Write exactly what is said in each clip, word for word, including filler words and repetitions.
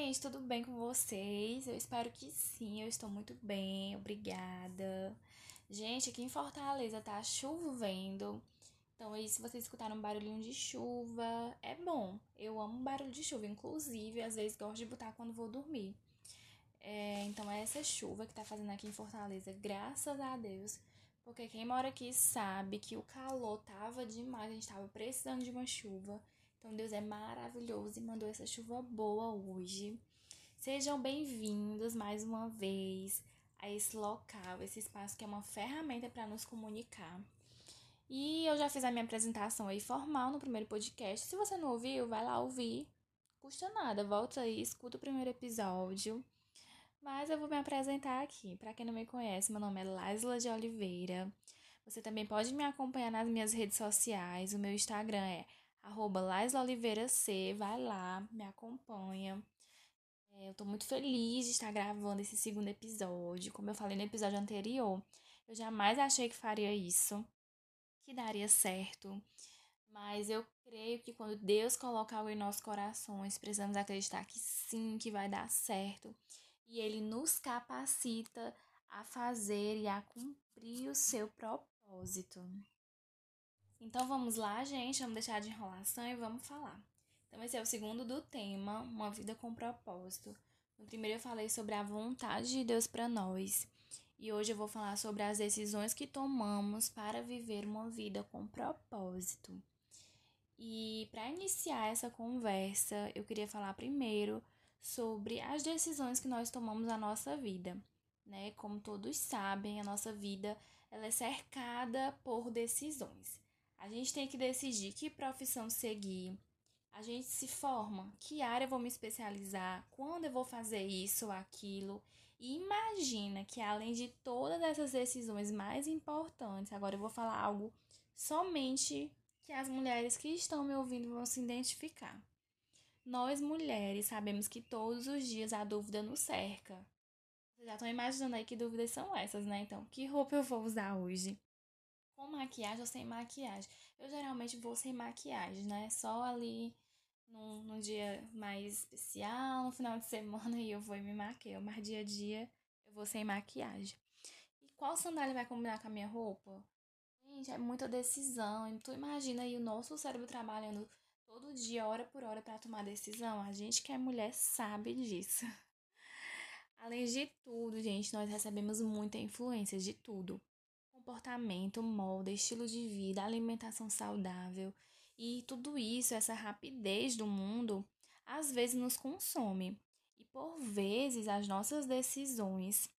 gente, tudo bem com vocês? Eu espero que sim, eu estou muito bem, obrigada. Gente, aqui em Fortaleza tá chovendo, então aí se vocês escutaram um barulhinho de chuva, é bom. Eu amo barulho de chuva, inclusive às vezes gosto de botar quando vou dormir. É, então é essa chuva que tá fazendo aqui em Fortaleza, graças a Deus, porque quem mora aqui sabe que o calor tava demais, a gente tava precisando de uma chuva. Então Deus é maravilhoso e mandou essa chuva boa hoje. Sejam bem-vindos mais uma vez a esse local, esse espaço que é uma ferramenta para nos comunicar. E eu já fiz a minha apresentação aí formal no primeiro podcast. Se você não ouviu, vai lá ouvir. Custa nada, volta aí, escuta o primeiro episódio. Mas eu vou me apresentar aqui. Para quem não me conhece, meu nome é Laisla de Oliveira. Você também pode me acompanhar nas minhas redes sociais. O meu Instagram é arroba laislaoliveirac. Vai lá, me acompanha. É, eu tô muito feliz de estar gravando esse segundo episódio. Como eu falei no episódio anterior, eu jamais achei que faria isso, que daria certo. Mas eu creio que quando Deus coloca algo em nossos corações, precisamos acreditar que sim, que vai dar certo. E Ele nos capacita a fazer e a cumprir o seu propósito. Então vamos lá, gente, vamos deixar de enrolação e vamos falar. Então esse é o segundo do tema, uma vida com propósito. No primeiro eu falei sobre a vontade de Deus para nós. E hoje eu vou falar sobre as decisões que tomamos para viver uma vida com propósito. E para iniciar essa conversa, eu queria falar primeiro sobre as decisões que nós tomamos na nossa vida, né? Como todos sabem, a nossa vida ela é cercada por decisões. A gente tem que decidir que profissão seguir. A gente se forma, que área eu vou me especializar, quando eu vou fazer isso ou aquilo. E imagina que além de todas essas decisões mais importantes, agora eu vou falar algo somente que as mulheres que estão me ouvindo vão se identificar. Nós mulheres sabemos que todos os dias a dúvida nos cerca. Vocês já estão imaginando aí que dúvidas são essas, né? Então, que roupa eu vou usar hoje? Com maquiagem ou sem maquiagem? Eu geralmente vou sem maquiagem, né? Só ali num, num dia mais especial, no final de semana, e eu vou e me maquio. Mas dia a dia eu vou sem maquiagem. E qual sandália vai combinar com a minha roupa? Gente, é muita decisão. E tu imagina aí o nosso cérebro trabalhando todo dia, hora por hora, para tomar decisão. A gente que é mulher sabe disso. Além de tudo, gente, nós recebemos muita influência de tudo. Comportamento, moda, estilo de vida, alimentação saudável. E tudo isso, essa rapidez do mundo, às vezes nos consome. E por vezes as nossas decisões,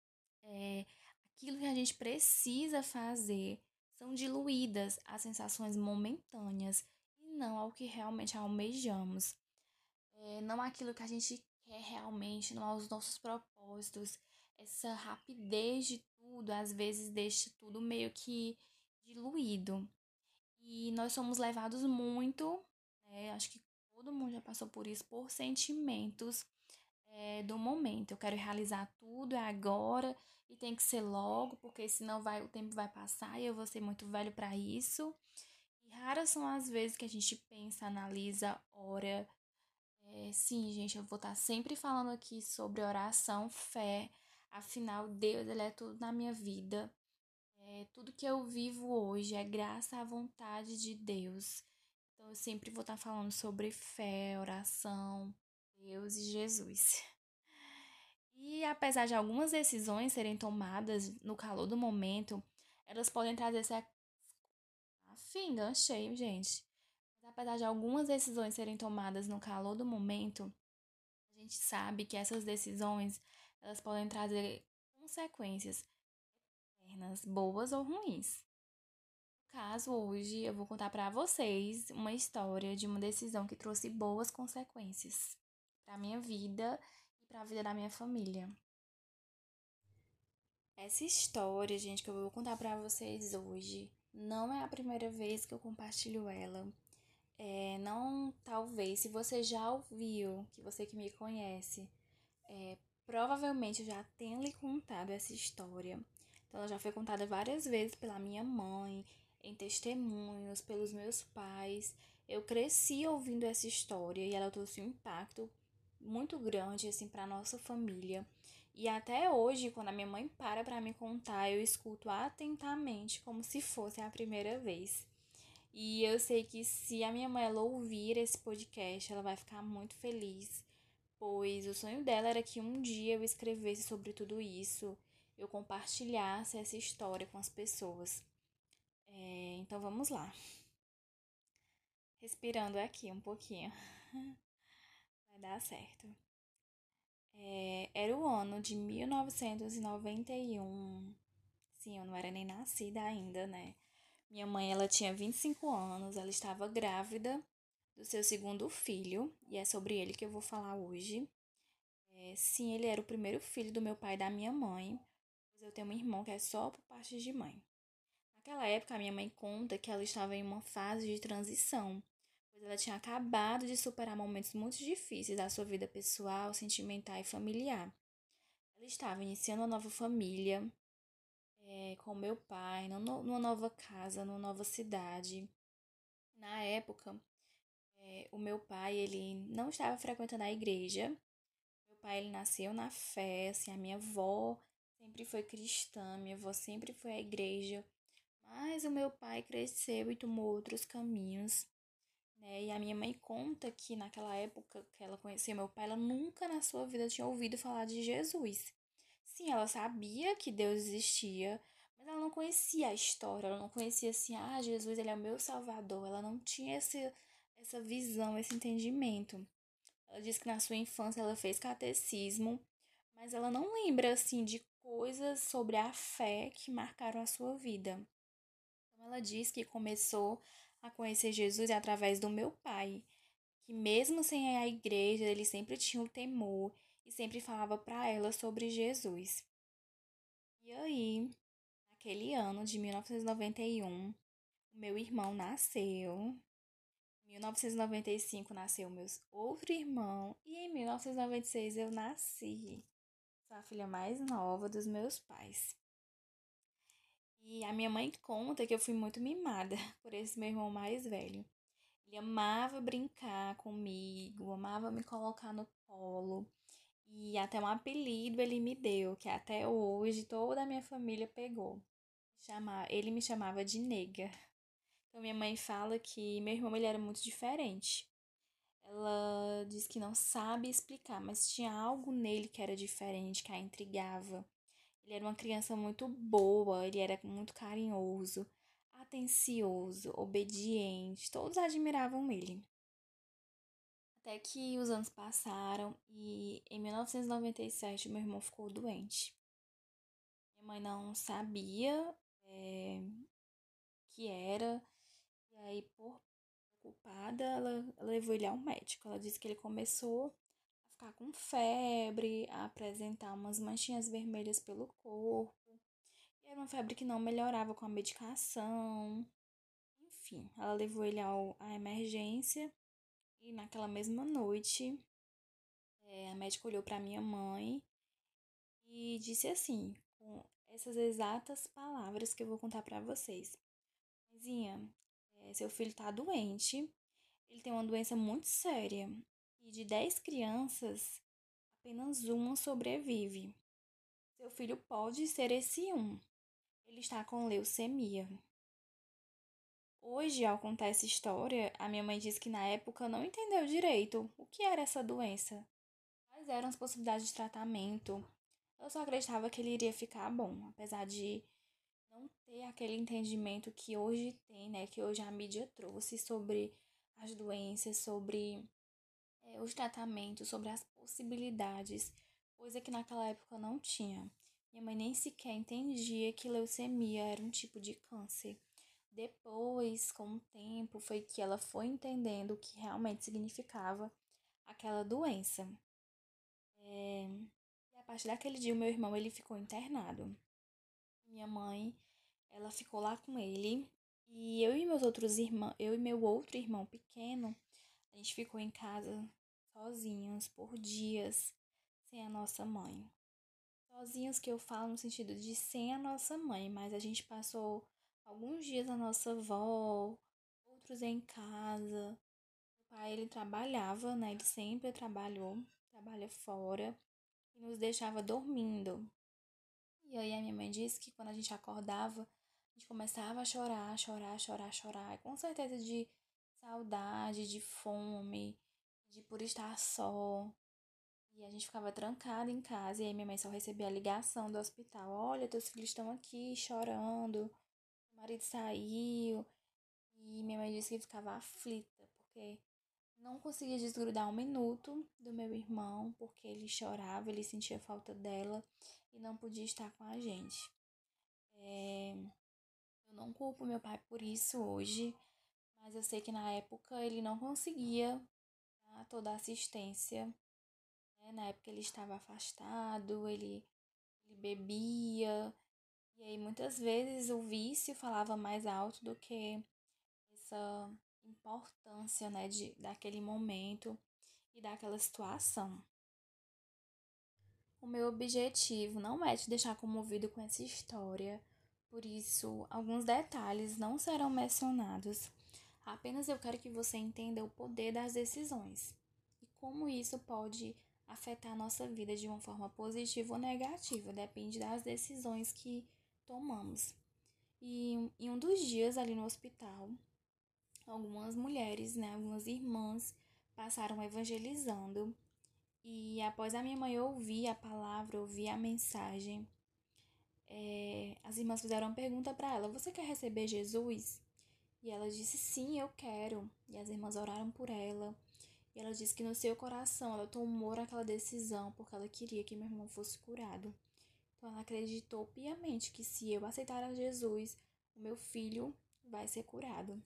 é, aquilo que a gente precisa fazer, são diluídas às sensações momentâneas e não ao que realmente almejamos. É, não aquilo que a gente quer realmente, não aos nossos propósitos. Essa rapidez de tudo, às vezes, deixa tudo meio que diluído. E nós somos levados muito, né? Acho que todo mundo já passou por isso, por sentimentos é, do momento. Eu quero realizar tudo, é agora e tem que ser logo, porque senão vai, o tempo vai passar e eu vou ser muito velho para isso. E raras são as vezes que a gente pensa, analisa, ora. É, sim, gente, eu vou estar sempre falando aqui sobre oração, fé. Afinal, Deus, Ele é tudo na minha vida. É, tudo que eu vivo hoje é graças à vontade de Deus. Então, eu sempre vou estar falando sobre fé, oração, Deus e Jesus. E apesar de algumas decisões serem tomadas no calor do momento, elas podem trazer essa. Afim, enganchei, gente. Mas apesar de algumas decisões serem tomadas no calor do momento, a gente sabe que essas decisões elas podem trazer consequências eternas, boas ou ruins. No caso, hoje eu vou contar para vocês uma história de uma decisão que trouxe boas consequências para minha vida e para a vida da minha família. Essa história, gente, que eu vou contar pra vocês hoje, não é a primeira vez que eu compartilho ela. É, não, talvez, se você já ouviu, que você que me conhece, é, provavelmente eu já tenha lhe contado essa história. Então, ela já foi contada várias vezes pela minha mãe, em testemunhos, pelos meus pais. Eu cresci ouvindo essa história e ela trouxe um impacto muito grande, assim, pra nossa família. E até hoje, quando a minha mãe para pra me contar, eu escuto atentamente, como se fosse a primeira vez. E eu sei que se a minha mãe ela ouvir esse podcast, ela vai ficar muito feliz, pois o sonho dela era que um dia eu escrevesse sobre tudo isso, eu compartilhasse essa história com as pessoas. É, então vamos lá. Respirando aqui um pouquinho. Vai dar certo. É, era o ano de mil novecentos e noventa e um. Sim, eu não era nem nascida ainda, né? Minha mãe, ela tinha vinte e cinco anos, ela estava grávida do seu segundo filho, e é sobre ele que eu vou falar hoje. É, sim, ele era o primeiro filho do meu pai e da minha mãe, pois eu tenho um irmão que é só por parte de mãe. Naquela época, a minha mãe conta que ela estava em uma fase de transição, pois ela tinha acabado de superar momentos muito difíceis da sua vida pessoal, sentimental e familiar. Ela estava iniciando uma nova família, é, com meu pai, numa nova casa, numa nova cidade. Na época, é, o meu pai, ele não estava frequentando a igreja. Meu pai, ele nasceu na fé, assim, a minha avó sempre foi cristã, minha avó sempre foi à igreja. Mas o meu pai cresceu e tomou outros caminhos, né? E a minha mãe conta que naquela época que ela conhecia meu pai, ela nunca na sua vida tinha ouvido falar de Jesus. Sim, ela sabia que Deus existia, mas ela não conhecia a história, ela não conhecia assim, ah, Jesus, ele é o meu salvador. Ela não tinha esse, essa visão, esse entendimento. Ela disse que na sua infância ela fez catecismo, mas ela não lembra assim de coisas sobre a fé que marcaram a sua vida. Então ela diz que começou a conhecer Jesus através do meu pai, que mesmo sem ir à igreja, ele sempre tinha o temor e sempre falava para ela sobre Jesus. E aí, naquele ano de mil novecentos e noventa e um, o meu irmão nasceu. Em mil novecentos e noventa e cinco nasceu meu outro irmão e em mil novecentos e noventa e seis eu nasci. Sou a filha mais nova dos meus pais. E a minha mãe conta que eu fui muito mimada por esse meu irmão mais velho. Ele amava brincar comigo, amava me colocar no colo. E até um apelido ele me deu, que até hoje toda a minha família pegou. Chama- Ele me chamava de nega. Então minha mãe fala que meu irmão ele era muito diferente. Ela diz que não sabe explicar, mas tinha algo nele que era diferente, que a intrigava. Ele era uma criança muito boa, ele era muito carinhoso, atencioso, obediente. Todos admiravam ele. Até que os anos passaram e em mil novecentos e noventa e sete meu irmão ficou doente. Minha mãe não sabia é, que era, e aí, por preocupada, ela, ela levou ele ao médico. Ela disse que ele começou a ficar com febre, a apresentar umas manchinhas vermelhas pelo corpo. E era uma febre que não melhorava com a medicação. Enfim, ela levou ele ao, à emergência e naquela mesma noite, é, a médica olhou para minha mãe e disse assim, com essas exatas palavras que eu vou contar para vocês. Mãezinha, é, seu filho tá doente, ele tem uma doença muito séria e de dez crianças, apenas uma sobrevive. Seu filho pode ser esse um. Ele está com leucemia. Hoje, ao contar essa história, a minha mãe disse que na época não entendeu direito o que era essa doença. Quais eram as possibilidades de tratamento. Eu só acreditava que ele iria ficar bom, apesar de não ter aquele entendimento que hoje tem, né? Que hoje a mídia trouxe sobre as doenças, sobre é, os tratamentos, sobre as possibilidades, coisa que naquela época não tinha. Minha mãe nem sequer entendia que leucemia era um tipo de câncer. Depois, com o tempo, foi que ela foi entendendo o que realmente significava aquela doença. É, e a partir daquele dia, o meu irmão ele ficou internado. Minha mãe, ela ficou lá com ele. E eu e meus outros irmãos, eu e meu outro irmão pequeno, a gente ficou em casa sozinhos por dias sem a nossa mãe. Sozinhos que eu falo no sentido de sem a nossa mãe, mas a gente passou alguns dias na nossa avó, outros em casa. Meu pai, ele trabalhava, né? Ele sempre trabalhou, trabalha fora e nos deixava dormindo. E aí a minha mãe disse que quando a gente acordava, a gente começava a chorar, chorar, chorar, chorar. E com certeza de saudade, de fome, de por estar só. E a gente ficava trancada em casa. E aí minha mãe só recebia a ligação do hospital. Olha, teus filhos estão aqui chorando. Meu marido saiu. E minha mãe disse que ficava aflita, porque não conseguia desgrudar um minuto do meu irmão, porque ele chorava, ele sentia falta dela e não podia estar com a gente. É, eu não culpo meu pai por isso hoje, mas eu sei que na época ele não conseguia dar toda a assistência, né? Na época ele estava afastado, ele, ele bebia, e aí muitas vezes o vício falava mais alto do que essa importância, né, de, daquele momento e daquela situação. O meu objetivo não é te deixar comovido com essa história, por isso, alguns detalhes não serão mencionados. Apenas eu quero que você entenda o poder das decisões e como isso pode afetar a nossa vida de uma forma positiva ou negativa, depende das decisões que tomamos. E em um dos dias ali no hospital, algumas mulheres, né, algumas irmãs passaram evangelizando e após a minha mãe ouvir a palavra, ouvir a mensagem, é, as irmãs fizeram uma pergunta para ela: Você quer receber Jesus? E ela disse: Sim, eu quero. E as irmãs oraram por ela. E ela disse que no seu coração ela tomou aquela decisão porque ela queria que meu irmão fosse curado. Então ela acreditou piamente que se eu aceitar a Jesus, o meu filho vai ser curado.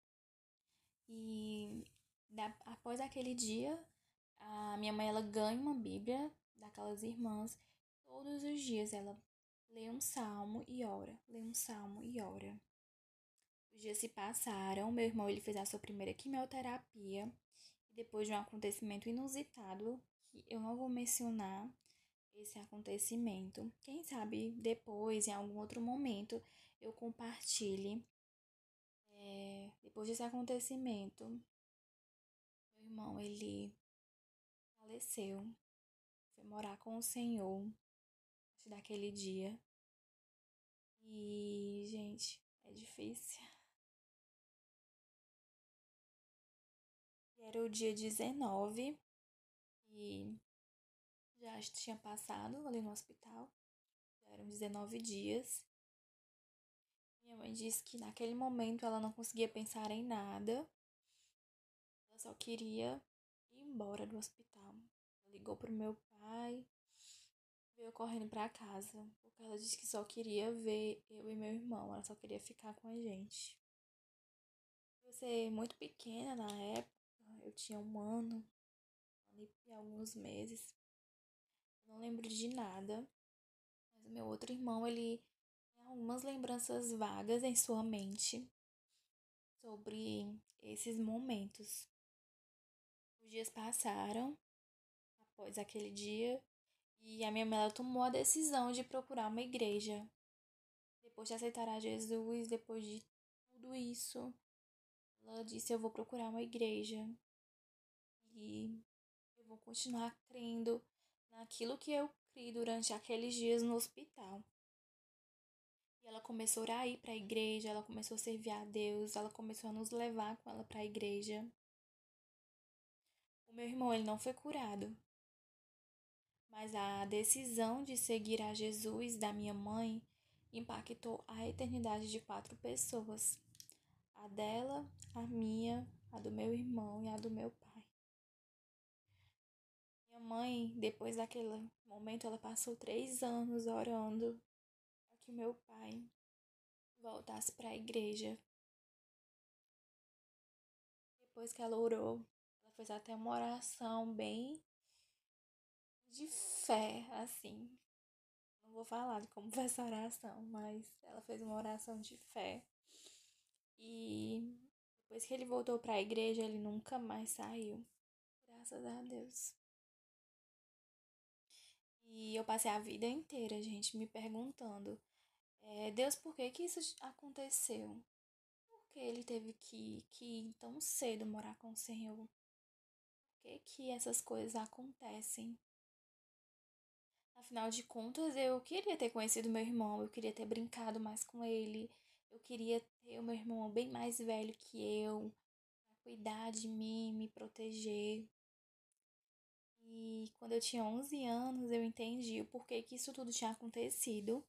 E da, após aquele dia, a minha mãe ela ganha uma Bíblia daquelas irmãs. Todos os dias ela lê um salmo e ora, lê um salmo e ora. Os dias se passaram, meu irmão ele fez a sua primeira quimioterapia e depois de um acontecimento inusitado, que eu não vou mencionar esse acontecimento. Quem sabe depois, em algum outro momento, eu compartilhe. É, depois desse acontecimento, meu irmão ele faleceu, foi morar com o Senhor daquele dia. E, gente, é difícil. Era o dia dezenove e já tinha passado ali no hospital. Já eram dezenove dias. Minha mãe disse que naquele momento ela não conseguia pensar em nada. Ela só queria ir embora do hospital. Ela ligou pro meu pai, veio correndo pra casa, porque ela disse que só queria ver eu e meu irmão. Ela só queria ficar com a gente. Eu ser muito pequena na época, eu tinha um ano, um ano e alguns meses. Eu não lembro de nada, mas o meu outro irmão, ele tem algumas lembranças vagas em sua mente sobre esses momentos. Os dias passaram após aquele dia e a minha mãe ela tomou a decisão de procurar uma igreja. Depois de aceitar a Jesus, depois de tudo isso, ela disse: Eu vou procurar uma igreja e eu vou continuar crendo naquilo que eu criei durante aqueles dias no hospital. E ela começou a orar aí para a igreja, ela começou a servir a Deus, ela começou a nos levar com ela para a igreja. O meu irmão ele não foi curado, mas a decisão de seguir a Jesus da minha mãe impactou a eternidade de quatro pessoas. A dela, a minha, a do meu irmão e a do meu pai. Minha mãe, depois daquele momento, ela passou três anos orando para que meu pai voltasse para a igreja. Depois que ela orou, ela fez até uma oração bem de fé, assim. Não vou falar de como foi essa oração, mas ela fez uma oração de fé. E depois que ele voltou para a igreja, ele nunca mais saiu. Graças a Deus. E eu passei a vida inteira, gente, me perguntando: é, Deus, por que que isso aconteceu? Por que ele teve que, que ir tão cedo morar com o Senhor? Por que que essas coisas acontecem? Afinal de contas, eu queria ter conhecido meu irmão, eu queria ter brincado mais com ele, eu queria ter o meu irmão bem mais velho que eu, pra cuidar de mim, me proteger. E quando eu tinha onze anos, eu entendi o porquê que isso tudo tinha acontecido.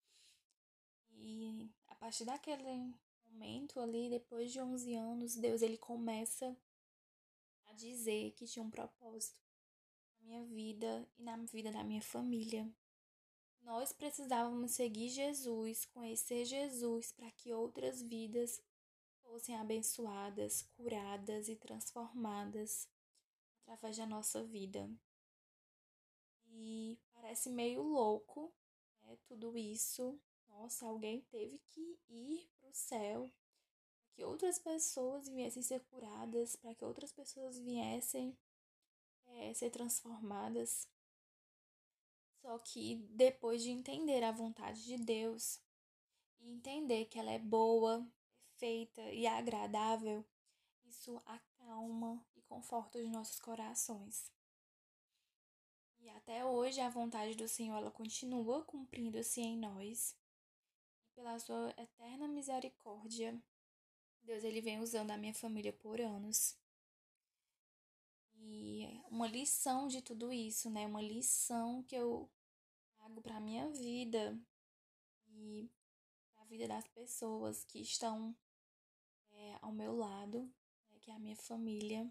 E a partir daquele momento ali, depois de onze anos, Deus ele começa a dizer que tinha um propósito na minha vida e na vida da minha família. Nós precisávamos seguir Jesus, conhecer Jesus, para que outras vidas fossem abençoadas, curadas e transformadas através da nossa vida. E parece meio louco, né, tudo isso. Nossa, alguém teve que ir para o céu para que outras pessoas viessem ser curadas, para que outras pessoas viessem é, ser transformadas. Só que depois de entender a vontade de Deus e entender que ela é boa, perfeita e agradável, isso acalma e conforta os nossos corações. E até hoje a vontade do Senhor ela continua cumprindo-se em nós. E pela sua eterna misericórdia, Deus ele vem usando a minha família por anos. E uma lição de tudo isso, né? Uma lição que eu trago para minha vida e para a vida das pessoas que estão é, ao meu lado, né? Que é a minha família.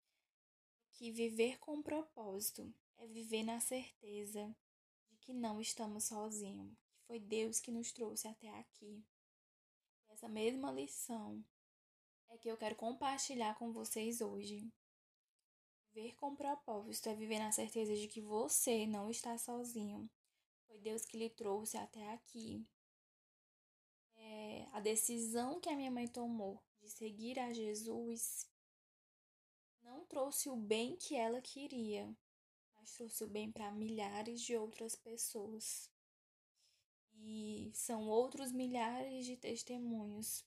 Que viver com propósito é viver na certeza de que não estamos sozinhos, que foi Deus que nos trouxe até aqui. Essa mesma lição é que eu quero compartilhar com vocês hoje. Viver com propósito é viver na certeza de que você não está sozinho. Foi Deus que lhe trouxe até aqui. É, a decisão que a minha mãe tomou de seguir a Jesus não trouxe o bem que ela queria, mas trouxe o bem para milhares de outras pessoas. E são outros milhares de testemunhos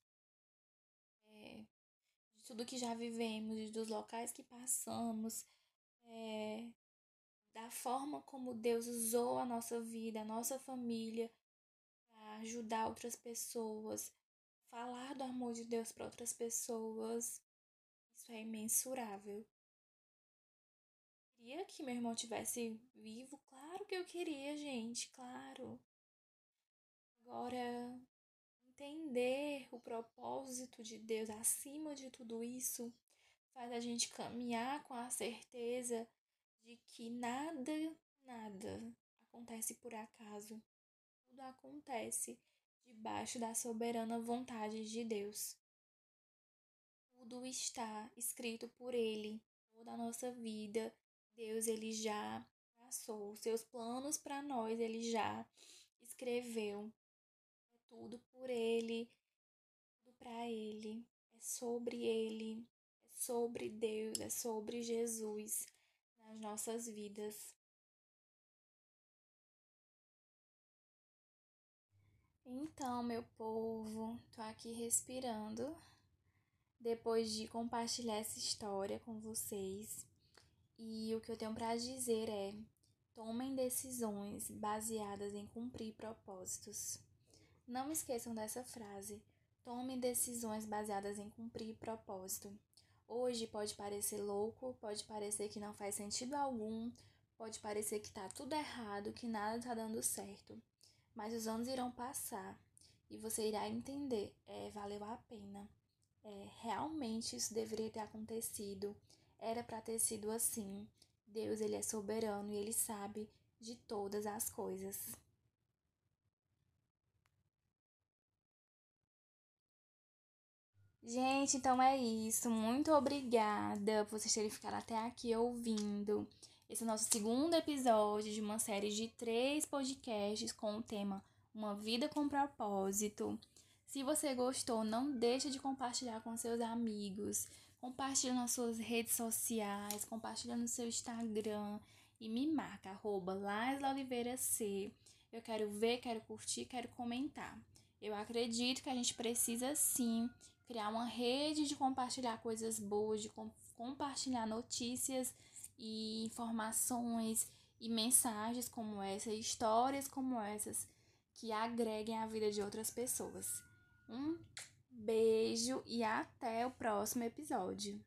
é, de tudo que já vivemos, dos locais que passamos, é, da forma como Deus usou a nossa vida, a nossa família, para ajudar outras pessoas, falar do amor de Deus para outras pessoas. Isso é imensurável. Queria que meu irmão tivesse vivo? Claro que eu queria, gente, claro. Agora, entender o propósito de Deus acima de tudo isso faz a gente caminhar com a certeza de que nada, nada acontece por acaso. Tudo acontece debaixo da soberana vontade de Deus. Tudo está escrito por Ele. Toda a nossa vida, Deus ele já traçou. Os seus planos para nós, Ele já escreveu. É tudo por Ele, tudo para Ele. É sobre Ele, é sobre Deus, é sobre Jesus nas nossas vidas. Então, meu povo, tô aqui respirando depois de compartilhar essa história com vocês. E o que eu tenho para dizer é: tomem decisões baseadas em cumprir propósitos. Não esqueçam dessa frase. Tomem decisões baseadas em cumprir propósito. Hoje pode parecer louco, pode parecer que não faz sentido algum, pode parecer que tá tudo errado, que nada tá dando certo. Mas os anos irão passar e você irá entender, é, valeu a pena. É, realmente isso deveria ter acontecido. Era para ter sido assim. Deus, ele é soberano e ele sabe de todas as coisas. Gente, então é isso. Muito obrigada por vocês terem ficado até aqui ouvindo. Esse é o nosso segundo episódio de uma série de três podcasts com o tema Uma Vida com Propósito. Se você gostou, não deixe de compartilhar com seus amigos. Compartilha nas suas redes sociais, compartilha no seu Instagram e me marca, arroba Laisla Oliveira C. Eu quero ver, quero curtir, quero comentar. Eu acredito que a gente precisa sim criar uma rede de compartilhar coisas boas, de com- compartilhar notícias e informações e mensagens como essa, histórias como essas, que agreguem a vida de outras pessoas. Um beijo e até o próximo episódio.